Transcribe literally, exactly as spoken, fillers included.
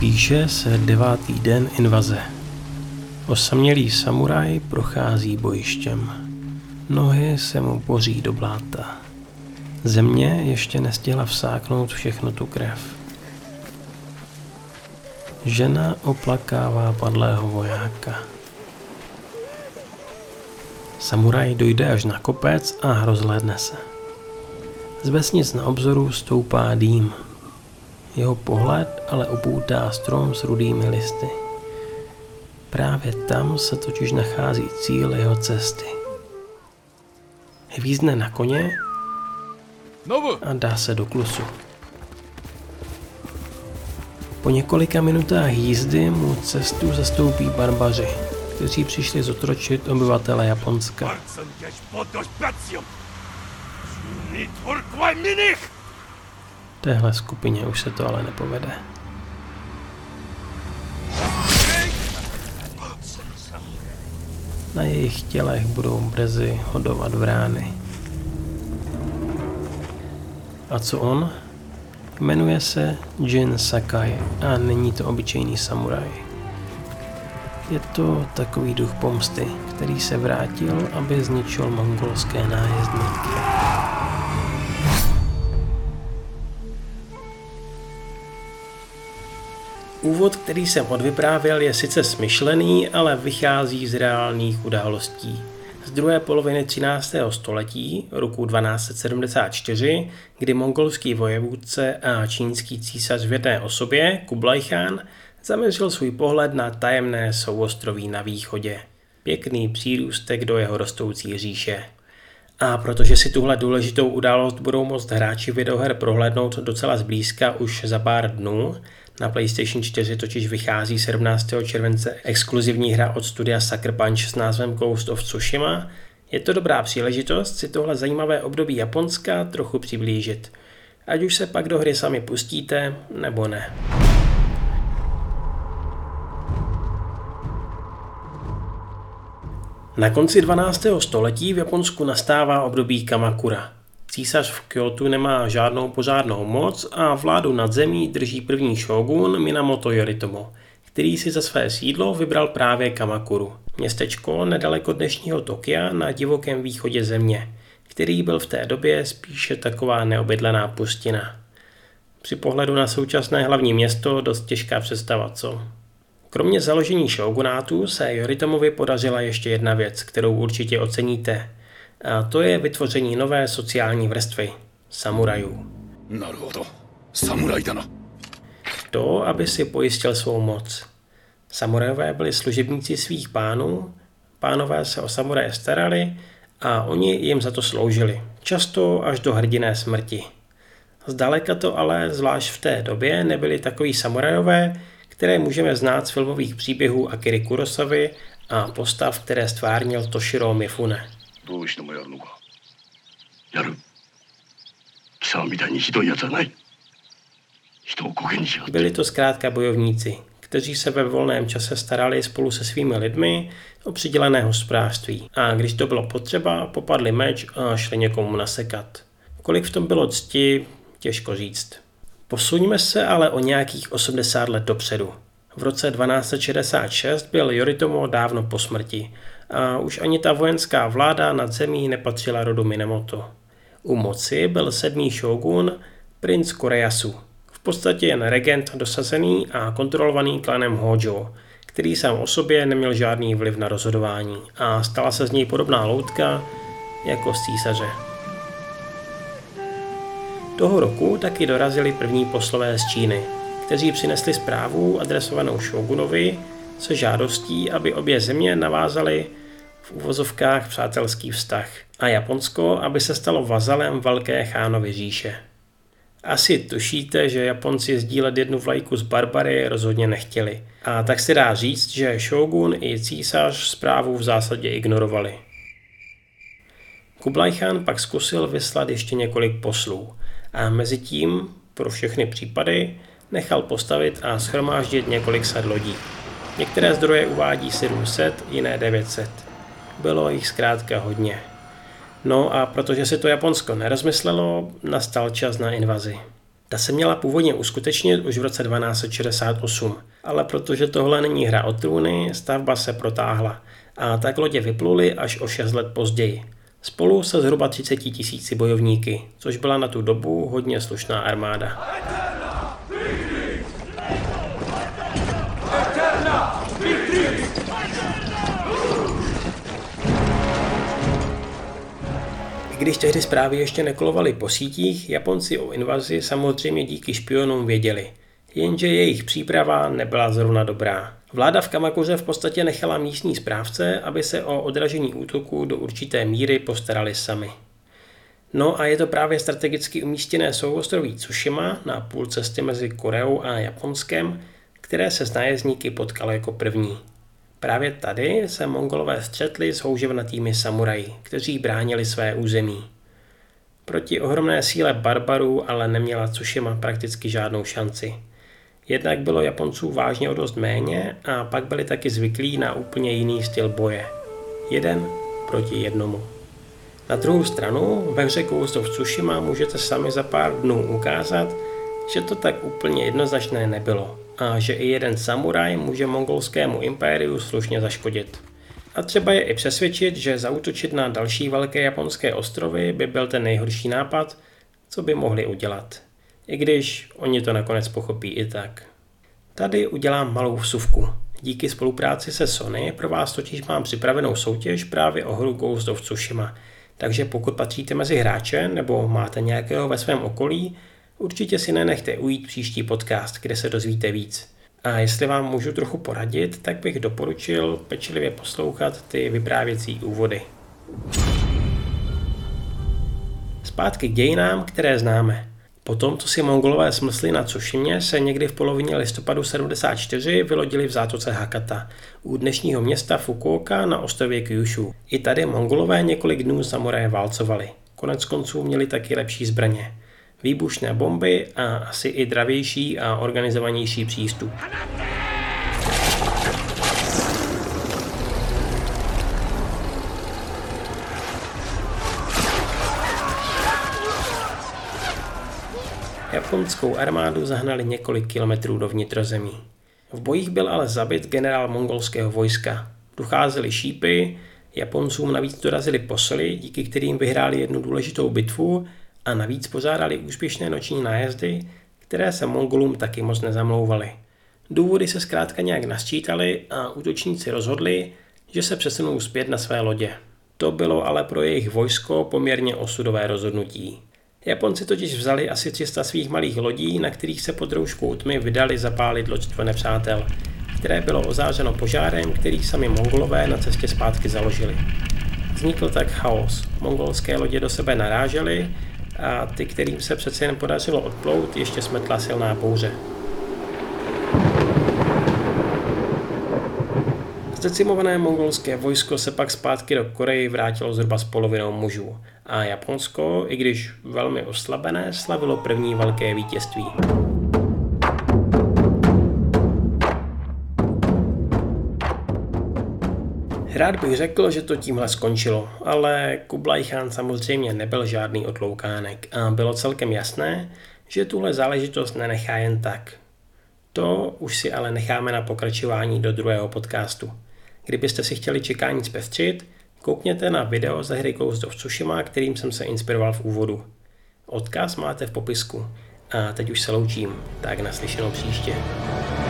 Píše se devátý den invaze. Osamělý samuraj prochází bojištěm. Nohy se mu poří do bláta. Země ještě nestihla vsáknout všechno tu krev. Žena oplakává padlého vojáka. Samuraj dojde až na kopec a rozhlédne se. Z vesnic na obzoru stoupá dým. Jeho pohled ale upoutá strom s rudými listy. Právě tam se totiž nachází cíl jeho cesty. Hvízdne na koně a dá se do klusu. Po několika minutách jízdy mu cestu zastoupí barbaři, kteří přišli zotročit obyvatele Japonska. Téhle skupině už se to ale nepovede. Na jejich tělech budou brzy hodovat vrány. A co on? Jmenuje se Jin Sakai a není to obyčejný samuraj. Je to takový duch pomsty, který se vrátil, aby zničil mongolské nájezdníky. Úvod, který jsem odvyprávěl, je sice smyšlený, ale vychází z reálných událostí. Z druhé poloviny třináctého století, roku dvanáct set sedmdesát čtyři, kdy mongolský vojevůdce a čínský císař v jedné osobě, Kublaj Chán, zaměřil svůj pohled na tajemné souostroví na východě. Pěkný přírůstek do jeho rostoucí říše. A protože si tuhle důležitou událost budou moct hráči videoher prohlédnout docela zblízka už za pár dnů, na PlayStation čtyři totiž vychází sedmnáctého července exkluzivní hra od studia Sucker Punch s názvem Ghost of Tsushima, je to dobrá příležitost si tohle zajímavé období Japonska trochu přiblížit. Ať už se pak do hry sami pustíte, nebo ne. Na konci dvanáctého století v Japonsku nastává období Kamakura. Císař v Kjótu nemá žádnou pořádnou moc a vládu nad zemí drží první šógun Minamoto Yoritomo, který si za své sídlo vybral právě Kamakuru, městečko nedaleko dnešního Tokia na divokém východě země, který byl v té době spíše taková neobydlená pustina. Při pohledu na současné hlavní město dost těžká představa, co? Kromě založení šógunátu se Yoritomovi podařila ještě jedna věc, kterou určitě oceníte. A to je vytvoření nové sociální vrstvy – samurajů. To, aby si pojistil svou moc. Samurajové byli služebníci svých pánů, pánové se o samuraje starali a oni jim za to sloužili, často až do hrdinné smrti. Zdaleka to ale, zvlášť v té době, nebyli takoví samurajové, které můžeme znát z filmových příběhů Akiry Kurosavy a postav, které stvárnil Toshiro Mifune. Byli to zkrátka bojovníci, kteří se ve volném čase starali spolu se svými lidmi o přidělené hospodářství a když to bylo potřeba, popadli meč a šli někomu nasekat. Kolik v tom bylo cti, těžko říct. Posuňme se ale o nějakých osmdesát let dopředu. V roce dvanáct set šedesát šest byl Yoritomo dávno po smrti a už ani ta vojenská vláda nad zemí nepatřila rodu Minamoto. U moci byl sedmý šógun, princ Koreyasu, v podstatě jen regent dosazený a kontrolovaný klanem Hojo, který sám o sobě neměl žádný vliv na rozhodování a stala se z něj podobná loutka jako z císaře. Toho roku taky dorazili první poslové z Číny, kteří přinesli zprávu adresovanou šógunovi se žádostí, aby obě země navázaly v uvozovkách přátelský vztah a Japonsko, aby se stalo vazalem velké Chánovy říše. Asi tušíte, že Japonci sdílet jednu vlajku s barbary rozhodně nechtěli. A tak se dá říct, že šógun i císař zprávu v zásadě ignorovali. Kublaj Chán pak zkusil vyslat ještě několik poslů a mezi tím, pro všechny případy, nechal postavit a shromáždit několik set lodí. Některé zdroje uvádí sedm set, jiné devět set. Bylo jich zkrátka hodně. No a protože si to Japonsko nerozmyslelo, nastal čas na invazi. Ta se měla původně uskutečnit už v roce dvanáct set šedesát osm, ale protože tohle není hra o trůny, stavba se protáhla a tak lodě vypluly až o šest let později. Spolu se zhruba třiceti tisíci bojovníky, což byla na tu dobu hodně slušná armáda. Když tehdy zprávy ještě nekolovaly po sítích, Japonci o invazi samozřejmě díky špionům věděli. Jenže jejich příprava nebyla zrovna dobrá. Vláda v Kamakuře v podstatě nechala místní správce, aby se o odražení útoku do určité míry postarali sami. No a je to právě strategicky umístěné souostroví Tsushima na půl cesty mezi Koreou a Japonskem, které se s nájezdníky potkalo jako první. Právě tady se Mongolové střetli s houževnatými samuraji, kteří bránili své území. Proti ohromné síle barbarů ale neměla Tsushima prakticky žádnou šanci. Jednak bylo Japonců vážně o dost méně a pak byli taky zvyklí na úplně jiný styl boje. Jeden proti jednomu. Na druhou stranu ve hře Ghost of Tsushima můžete sami za pár dnů ukázat, že to tak úplně jednoznačné nebylo a že i jeden samuraj může mongolskému impériu slušně zaškodit. A třeba je i přesvědčit, že zaútočit na další velké japonské ostrovy by byl ten nejhorší nápad, co by mohli udělat. I když oni to nakonec pochopí i tak. Tady udělám malou vsuvku. Díky spolupráci se Sony pro vás totiž mám připravenou soutěž právě o hru Ghost of Tsushima. Takže pokud patříte mezi hráče nebo máte nějakého ve svém okolí, určitě si nenechte ujít příští podcast, kde se dozvíte víc. A jestli vám můžu trochu poradit, tak bych doporučil pečlivě poslouchat ty vyprávěcí úvody. Zpátky k dějinám, které známe. Potom, co si Mongolové smysli na Tsushimě, se někdy v polovině listopadu sedmdesát čtyři vylodili v zátoce Hakata, u dnešního města Fukuoka na ostrově Kyushu. I tady Mongolové několik dnů samuraje válcovali. Konec konců měli taky lepší zbraně, výbušné bomby a asi i dravější a organizovanější přístup. Japonskou armádu zahnali několik kilometrů do vnitrozemí. V bojích byl ale zabit generál mongolského vojska. Docházely šípy, Japoncům navíc dorazily posily, díky kterým vyhráli jednu důležitou bitvu a navíc pořádali úspěšné noční nájezdy, které se Mongolům taky moc nezamlouvaly. Důvody se zkrátka nějak nasčítaly a útočníci rozhodli, že se přesunou zpět na své lodě. To bylo ale pro jejich vojsko poměrně osudové rozhodnutí. Japonci totiž vzali asi tři sta svých malých lodí, na kterých se pod rouškou tmy vydali zapálit loďstvo nepřátel, které bylo ozářeno požárem, který sami Mongolové na cestě zpátky založili. Vznikl tak chaos. Mongolské lodě do sebe narážely a ty, kterým se přece jen podařilo odplout, ještě smetla silná bouře. Zdecimované mongolské vojsko se pak zpátky do Koreji vrátilo zhruba s polovinou mužů a Japonsko, i když velmi oslabené, slavilo první velké vítězství. Rád bych řekl, že to tímhle skončilo, ale Kublaj Chán samozřejmě nebyl žádný otloukánek a bylo celkem jasné, že tuhle záležitost nenechá jen tak. To už si ale necháme na pokračování do druhého podcastu. Kdybyste si chtěli čekání zpestřit, koukněte na video ze hry Ghost of Tsushima, kterým jsem se inspiroval v úvodu. Odkaz máte v popisku. A teď už se loučím, tak naslyšenou příště.